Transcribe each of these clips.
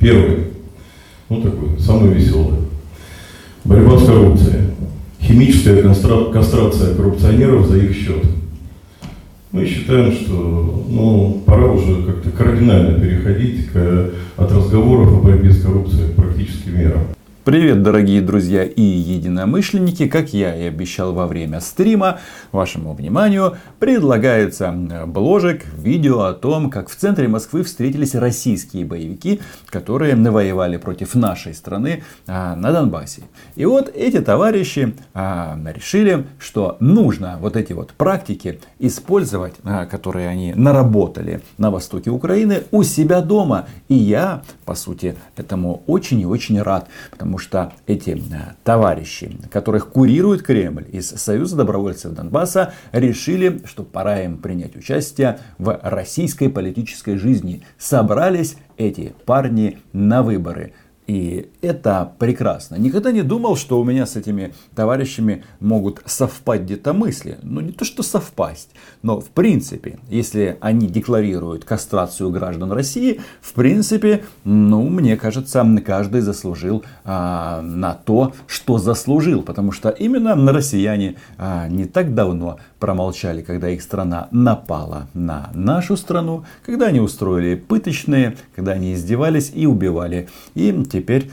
Первый, такой, самый веселый. Борьба с коррупцией. Химическая кастрация коррупционеров за их счет. Мы считаем, что пора уже как-то кардинально переходить от разговоров о борьбе с коррупцией к практическим мерам. Привет, дорогие друзья и единомышленники! Как я и обещал во время стрима, вашему вниманию предлагается бложек, видео о том, как в центре Москвы встретились российские боевики, которые воевали против нашей страны на Донбассе. И вот эти товарищи решили, что нужно вот эти вот практики использовать, которые они наработали на востоке Украины, у себя дома. И я, по сути, этому очень и очень рад, потому что эти товарищи, которых курирует Кремль из Союза добровольцев Донбасса, решили, что пора им принять участие в российской политической жизни. Собрались эти парни на выборы. И это прекрасно. Никогда не думал, что у меня с этими товарищами могут совпасть где-то мысли. Не то что совпасть, но в принципе, если они декларируют кастрацию граждан России, в принципе, мне кажется, каждый заслужил на то, что заслужил. Потому что именно россияне не так давно промолчали, когда их страна напала на нашу страну, когда они устроили пыточные, когда они издевались и убивали. И теперь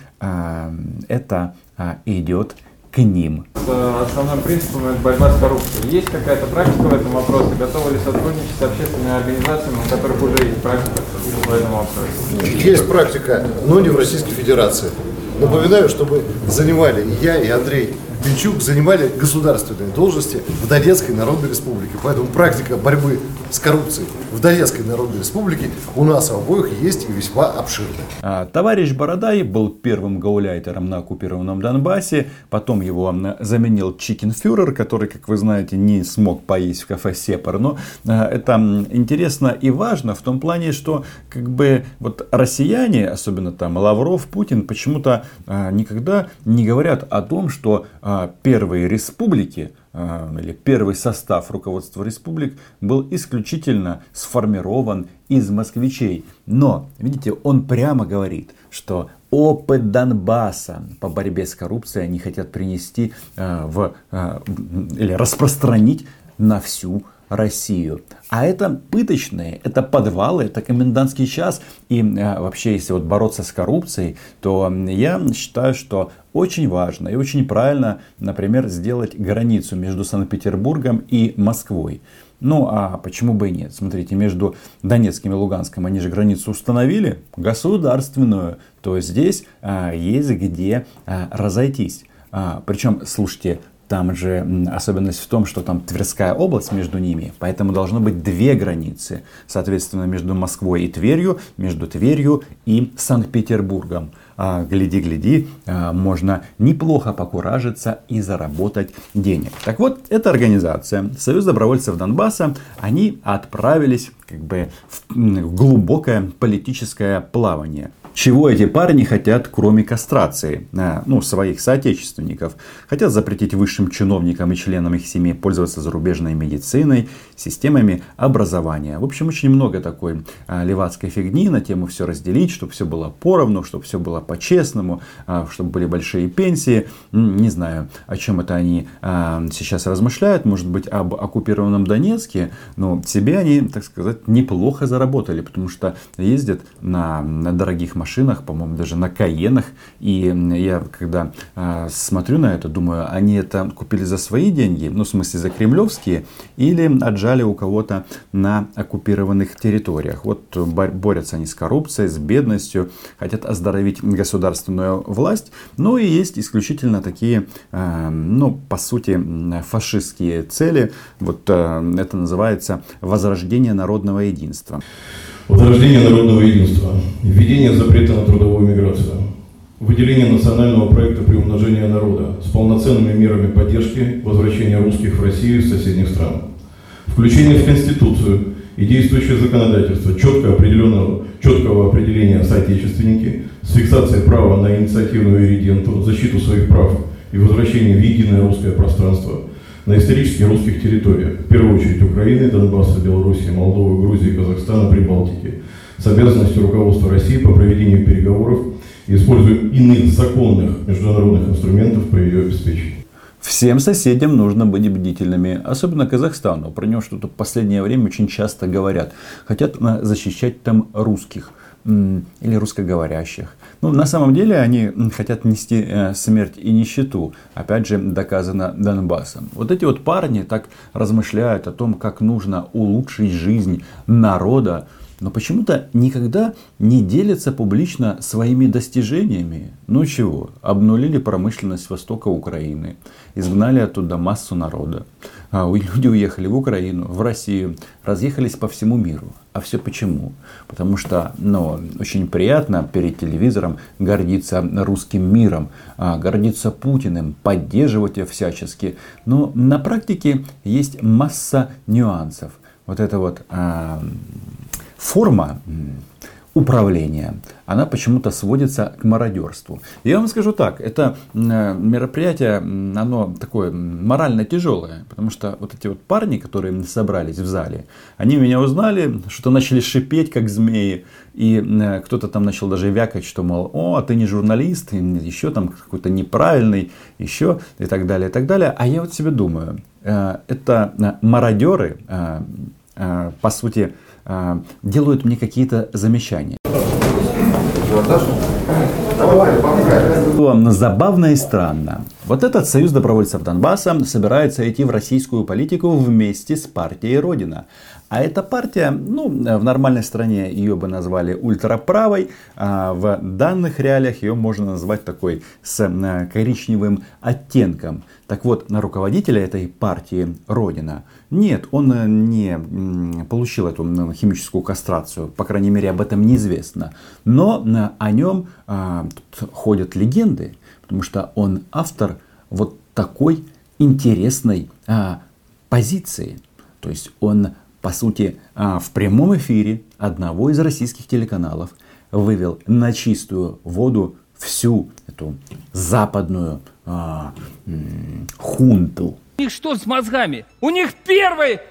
это идет к ним. Основным принципом это борьба с коррупцией. Есть какая-то практика в этом вопросе? Готовы ли сотрудничать с общественными организациями, у которых уже есть практика в этом вопросе? Есть практика, но не в Российской Федерации. Напоминаю, что мы занимали, и я, и Андрей Пинчук, занимали государственные должности в Донецкой Народной Республике. Поэтому практика борьбы с коррупцией в Донецкой Народной Республике у нас обоих есть и весьма обширная. Товарищ Бородай был первым гауляйтером на оккупированном Донбассе. Потом его заменил чикенфюрер, который, как вы знаете, не смог поесть в кафе Сепар. Но это интересно и важно в том плане, что россияне, особенно Лавров, Путин, почему-то никогда не говорят о том, что первые республики или первый состав руководства республик был исключительно сформирован из москвичей. Но, видите, он прямо говорит, что опыт Донбасса по борьбе с коррупцией они хотят принести или распространить на всю Россию. А это пыточные, это подвалы, это комендантский час. И вообще, если бороться с коррупцией, то я считаю, что очень важно и очень правильно, например, сделать границу между Санкт-Петербургом и Москвой. А почему бы и нет? Смотрите, между Донецком и Луганском они же границу установили, государственную. То здесь есть где разойтись. Причем, слушайте, там же особенность в том, что там Тверская область между ними, поэтому должно быть две границы. Соответственно, между Москвой и Тверью, между Тверью и Санкт-Петербургом. Гляди, можно неплохо покуражиться и заработать денег. Так вот, эта организация, Союз добровольцев Донбасса, они отправились в глубокое политическое плавание. Чего эти парни хотят, кроме кастрации своих соотечественников? Хотят запретить высшим чиновникам и членам их семей пользоваться зарубежной медициной, системами образования. В общем, очень много такой левацкой фигни на тему все разделить, чтобы все было поровну, чтобы все было по-честному, чтобы были большие пенсии. Не знаю, о чем это они сейчас размышляют. Может быть, об оккупированном Донецке. Но себе они, так сказать, неплохо заработали, потому что ездят на дорогих машинах, по-моему, даже на Каенах. И я, когда смотрю на это, думаю, они это купили за свои деньги, в смысле за кремлевские, или отжали у кого-то на оккупированных территориях. Борются они с коррупцией, с бедностью, хотят оздоровить государственную власть. И есть исключительно такие, по сути, фашистские цели. Это называется возрождение народного единства. Возрождение народного единства, введение запрета на трудовую миграцию, выделение национального проекта приумножения народа с полноценными мерами поддержки возвращения русских в Россию из соседних стран, включение в Конституцию и действующее законодательство четкого определения соотечественники с фиксацией права на инициативную ириденту, защиту своих прав и возвращение в единое русское пространство на исторически русских территориях, в первую очередь Украины, Донбасса, Белоруссии, Молдовы, Грузии, Казахстана, Прибалтики, с обязанностью руководства России по проведению переговоров и использованию иных законных международных инструментов по ее обеспечению. Всем соседям нужно быть бдительными, особенно Казахстану. Про него что-то в последнее время очень часто говорят. Хотят защищать там русских или русскоговорящих. Ну, на самом деле они хотят нести смерть и нищету. Опять же, доказано Донбассом. Вот эти вот парни так размышляют о том, как нужно улучшить жизнь народа, но почему-то никогда не делятся публично своими достижениями. Ну чего, обнулили промышленность востока Украины, изгнали оттуда массу народа. Люди уехали в Украину, в Россию, разъехались по всему миру. А все почему? Потому что очень приятно перед телевизором гордиться русским миром, гордиться Путиным, поддерживать его всячески. Но на практике есть масса нюансов. Вот это вот форма управления, она почему-то сводится к мародерству. Я вам скажу так, это мероприятие, оно такое морально тяжелое, потому что вот эти вот парни, которые собрались в зале, они меня узнали, что начали шипеть, как змеи, и кто-то там начал даже вякать, что, мол, а ты не журналист, еще там какой-то неправильный, еще и так далее, и так далее. А я вот себе думаю, это мародеры, по сути, делают мне какие-то замечания. Забавно и странно. Вот этот союз добровольцев Донбасса собирается идти в российскую политику вместе с партией Родина. А эта партия, в нормальной стране ее бы назвали ультраправой, а в данных реалиях ее можно назвать такой с коричневым оттенком. Так вот, на руководителя этой партии Родина, нет, он не получил эту химическую кастрацию, по крайней мере, об этом неизвестно. Но о нем ходят легенды, потому что он автор вот такой интересной позиции. То есть он, по сути, в прямом эфире одного из российских телеканалов вывел на чистую воду всю эту западную хунту. У них что с мозгами? У них первый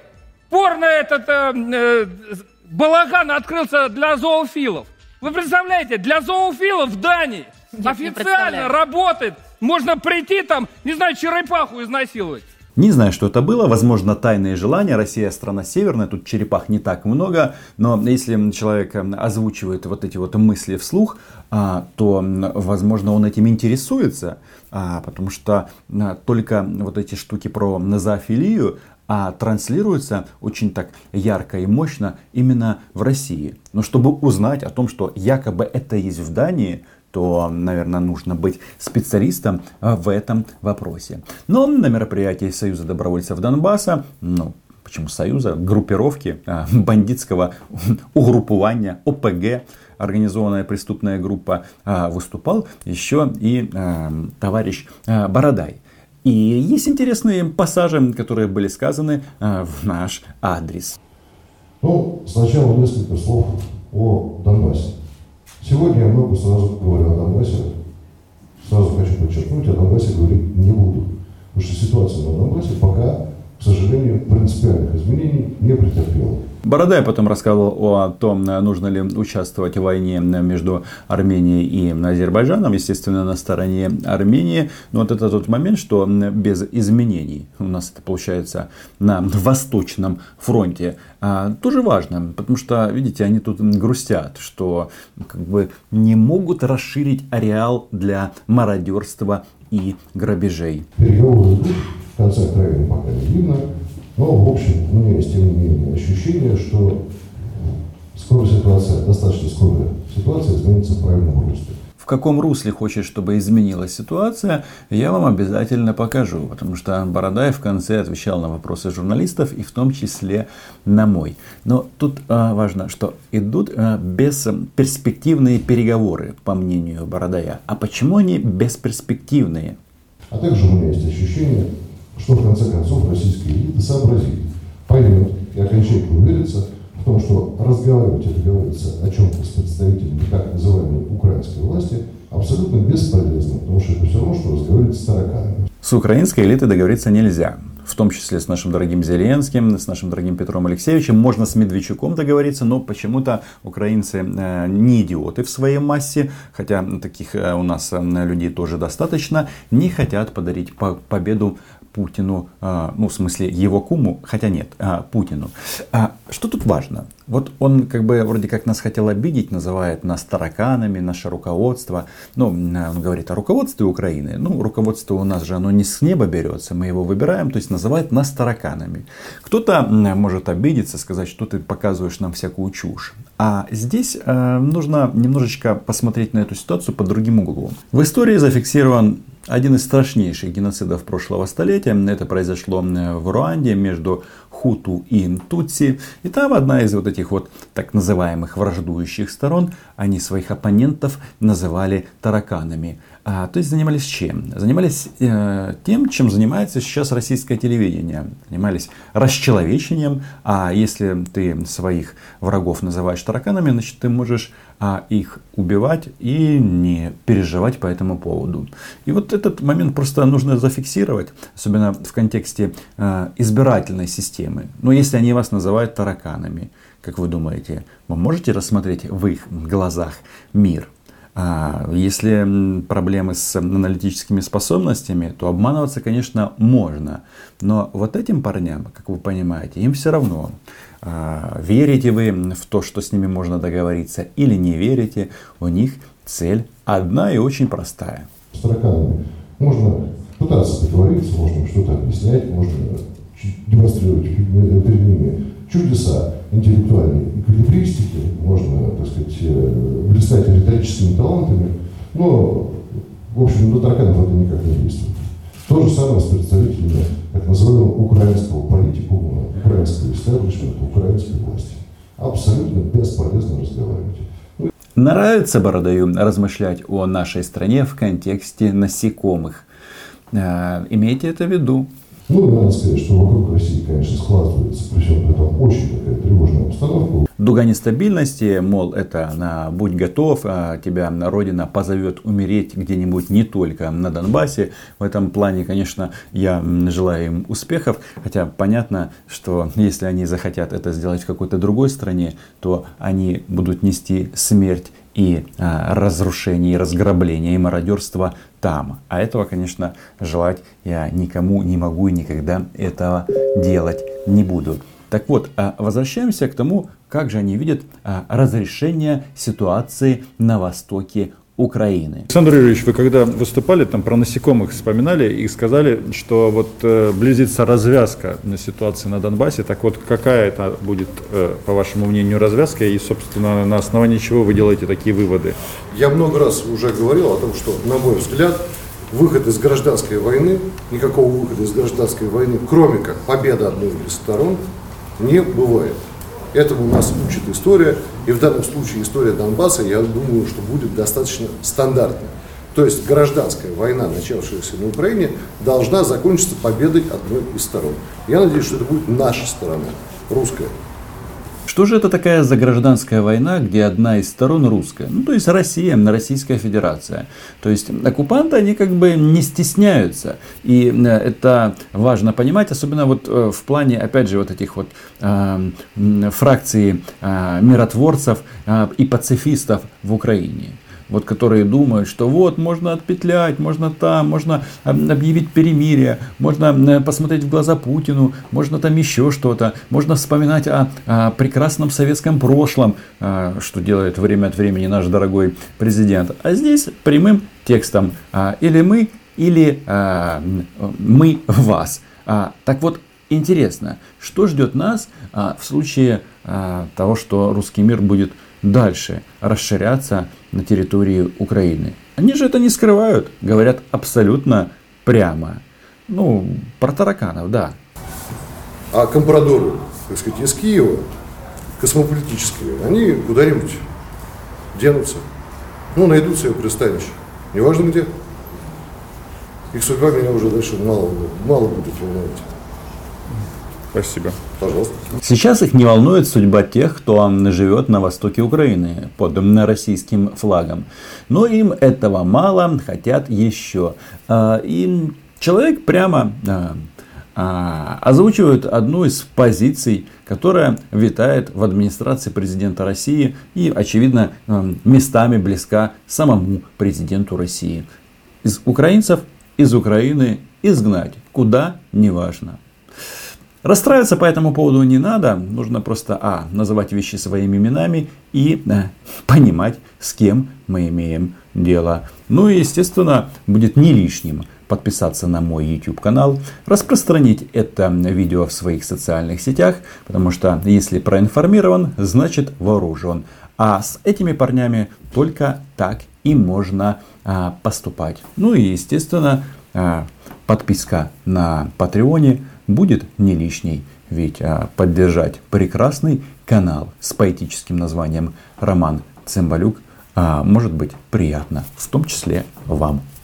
балаган открылся для зоофилов. Вы представляете, для зоофилов в Дании официально работает. Можно прийти там, не знаю, черепаху изнасиловать. Не знаю, что это было. Возможно, тайные желания. Россия страна северная, тут черепах не так много. Но если человек озвучивает вот эти вот мысли вслух, то, возможно, он этим интересуется. Потому что только вот эти штуки про зоофилию транслируются очень так ярко и мощно именно в России. Но чтобы узнать о том, что якобы это есть в Дании, то, наверное, нужно быть специалистом в этом вопросе. Но на мероприятии Союза добровольцев Донбасса, почему Союза, группировки бандитского угруппования ОПГ, организованная преступная группа, выступал еще и товарищ Бородай. И есть интересные пассажи, которые были сказаны в наш адрес. Сначала несколько слов о Донбассе. Сегодня я много сразу говорю о Донбассе. Сразу хочу подчеркнуть, о Донбассе говорить не буду. Потому что ситуация на Донбассе пока, к сожалению, принципиальных изменений не претерпела. Бородай потом рассказывал о том, нужно ли участвовать в войне между Арменией и Азербайджаном. Естественно, на стороне Армении. Но вот это тот момент, что без изменений у нас это получается на Восточном фронте. Тоже важно, потому что, видите, они тут грустят, что не могут расширить ареал для мародерства и грабежей. Переговоры идут, в конце края пока не видно. Но, в общем, у меня есть, тем не менее, ощущение, что достаточно скорая ситуация изменится в правильном русле. В каком русле хочет, чтобы изменилась ситуация, я вам обязательно покажу. Потому что Бородай в конце отвечал на вопросы журналистов, и в том числе на мой. Но тут важно, что идут бесперспективные переговоры, по мнению Бородая. А почему они бесперспективные? А также у меня есть ощущение, что в конце концов российская элита сообразит, поймет и окончательно уверится в том, что разговаривать и договариваться о чем-то с представителями так называемой украинской власти абсолютно бесполезно, потому что это все равно, что разговаривать с тараканами. С украинской элитой договориться нельзя. В том числе с нашим дорогим Зеленским, с нашим дорогим Петром Алексеевичем. Можно с Медведчуком договориться, но почему-то украинцы не идиоты в своей массе, хотя таких у нас людей тоже достаточно, не хотят подарить победу Путину, ну в смысле его куму, хотя нет, Путину. Что тут важно? Вот он как бы вроде как нас хотел обидеть, называет нас тараканами, наше руководство. Ну, он говорит о руководстве Украины. Ну, руководство у нас же оно не с неба берется, мы его выбираем, то есть называет нас тараканами. Кто-то может обидеться, сказать, что ты показываешь нам всякую чушь. А здесь нужно немножечко посмотреть на эту ситуацию под другим углом. В истории зафиксирован один из страшнейших геноцидов прошлого столетия. Это произошло в Руанде между хуту и тутси. И там одна из вот этих вот так называемых враждующих сторон, они своих оппонентов называли тараканами. То есть занимались чем? Занимались тем, чем занимается сейчас российское телевидение. Занимались расчеловечением. А если ты своих врагов называешь тараканами, значит ты можешь их убивать и не переживать по этому поводу. И вот этот момент просто нужно зафиксировать, особенно в контексте избирательной системы. Но если они вас называют тараканами, как вы думаете, вы можете рассмотреть в их глазах мир? Если проблемы с аналитическими способностями, то обманываться, конечно, можно. Но вот этим парням, как вы понимаете, им все равно. Верите вы в то, что с ними можно договориться, или не верите, у них цель одна и очень простая. С тараканами можно пытаться договориться, можно что-то объяснять, можно демонстрировать перед ними чудеса интеллектуальной эквилибристики, можно, так сказать, блистать риторическими талантами, но, в общем, на тараканов это никак не действует. То же самое с представителями так называемого украинского политикума, украинского истеблишмента, украинской власти. Абсолютно бесполезно разговаривать. Нравится Бородаю размышлять о нашей стране в контексте насекомых. Имейте это в виду. Ну, надо сказать, что вокруг России, конечно, складывается, при всем при этом очень такая тревожная обстановка. Дуга нестабильности, мол, это будь готов, тебя Родина позовет умереть где-нибудь не только на Донбассе. В этом плане, конечно, я желаю им успехов. Хотя понятно, что если они захотят это сделать в какой-то другой стране, то они будут нести смерть и разрушение, и разграбление, и мародерство там. А этого, конечно, желать я никому не могу и никогда этого делать не буду. Так вот, возвращаемся к тому, как же они видят разрешение ситуации на востоке Украины. Александр Юрьевич, вы когда выступали, там про насекомых вспоминали и сказали, что вот близится развязка на ситуации на Донбассе. Так вот, какая это будет, по вашему мнению, развязка и, собственно, на основании чего вы делаете такие выводы? Я много раз уже говорил о том, что, на мой взгляд, выход из гражданской войны, никакого выхода из гражданской войны, кроме как победа одной из сторон, не бывает. Этому нас учит история, и в данном случае история Донбасса, я думаю, что будет достаточно стандартной. То есть гражданская война, начавшаяся на Украине, должна закончиться победой одной из сторон. Я надеюсь, что это будет наша сторона, русская. Что же это такая за гражданская война, где одна из сторон русская? Ну, то есть Россия, Российская Федерация. То есть оккупанты, они как бы не стесняются. И это важно понимать, особенно вот в плане, опять же, вот этих вот фракций миротворцев и пацифистов в Украине. Вот, которые думают, что вот можно отпетлять, можно там, можно объявить перемирие, можно посмотреть в глаза Путину, можно там еще что-то, можно вспоминать о прекрасном советском прошлом, что делает время от времени наш дорогой президент. А здесь прямым текстом или мы вас. Так вот, интересно, что ждет нас в случае того, что русский мир будет дальше расширяться на территории Украины. Они же это не скрывают, говорят абсолютно прямо. Ну, про тараканов, да. А компрадоры, так сказать, из Киева, космополитические, они куда-нибудь денутся. Ну, найдут себе пристанище. Неважно где. Их судьба меня уже дальше мало будет волновать. Спасибо. Пожалуйста. Сейчас их не волнует судьба тех, кто живет на востоке Украины под российским флагом. Но им этого мало, хотят еще. И Человек прямо озвучивает одну из позиций, которая витает в администрации президента России и, очевидно, местами близка самому президенту России. Из украинцев, из Украины изгнать. Куда? Неважно. Расстраиваться по этому поводу не надо. Нужно просто называть вещи своими именами и понимать, с кем мы имеем дело. Ну и, естественно, будет не лишним подписаться на мой YouTube канал, распространить это видео в своих социальных сетях, потому что если проинформирован, значит вооружен. А с этими парнями только так и можно поступать. Ну и, естественно, подписка на Патреоне будет не лишней. Ведь поддержать прекрасный канал с поэтическим названием Роман Цымбалюк может быть приятно, в том числе вам.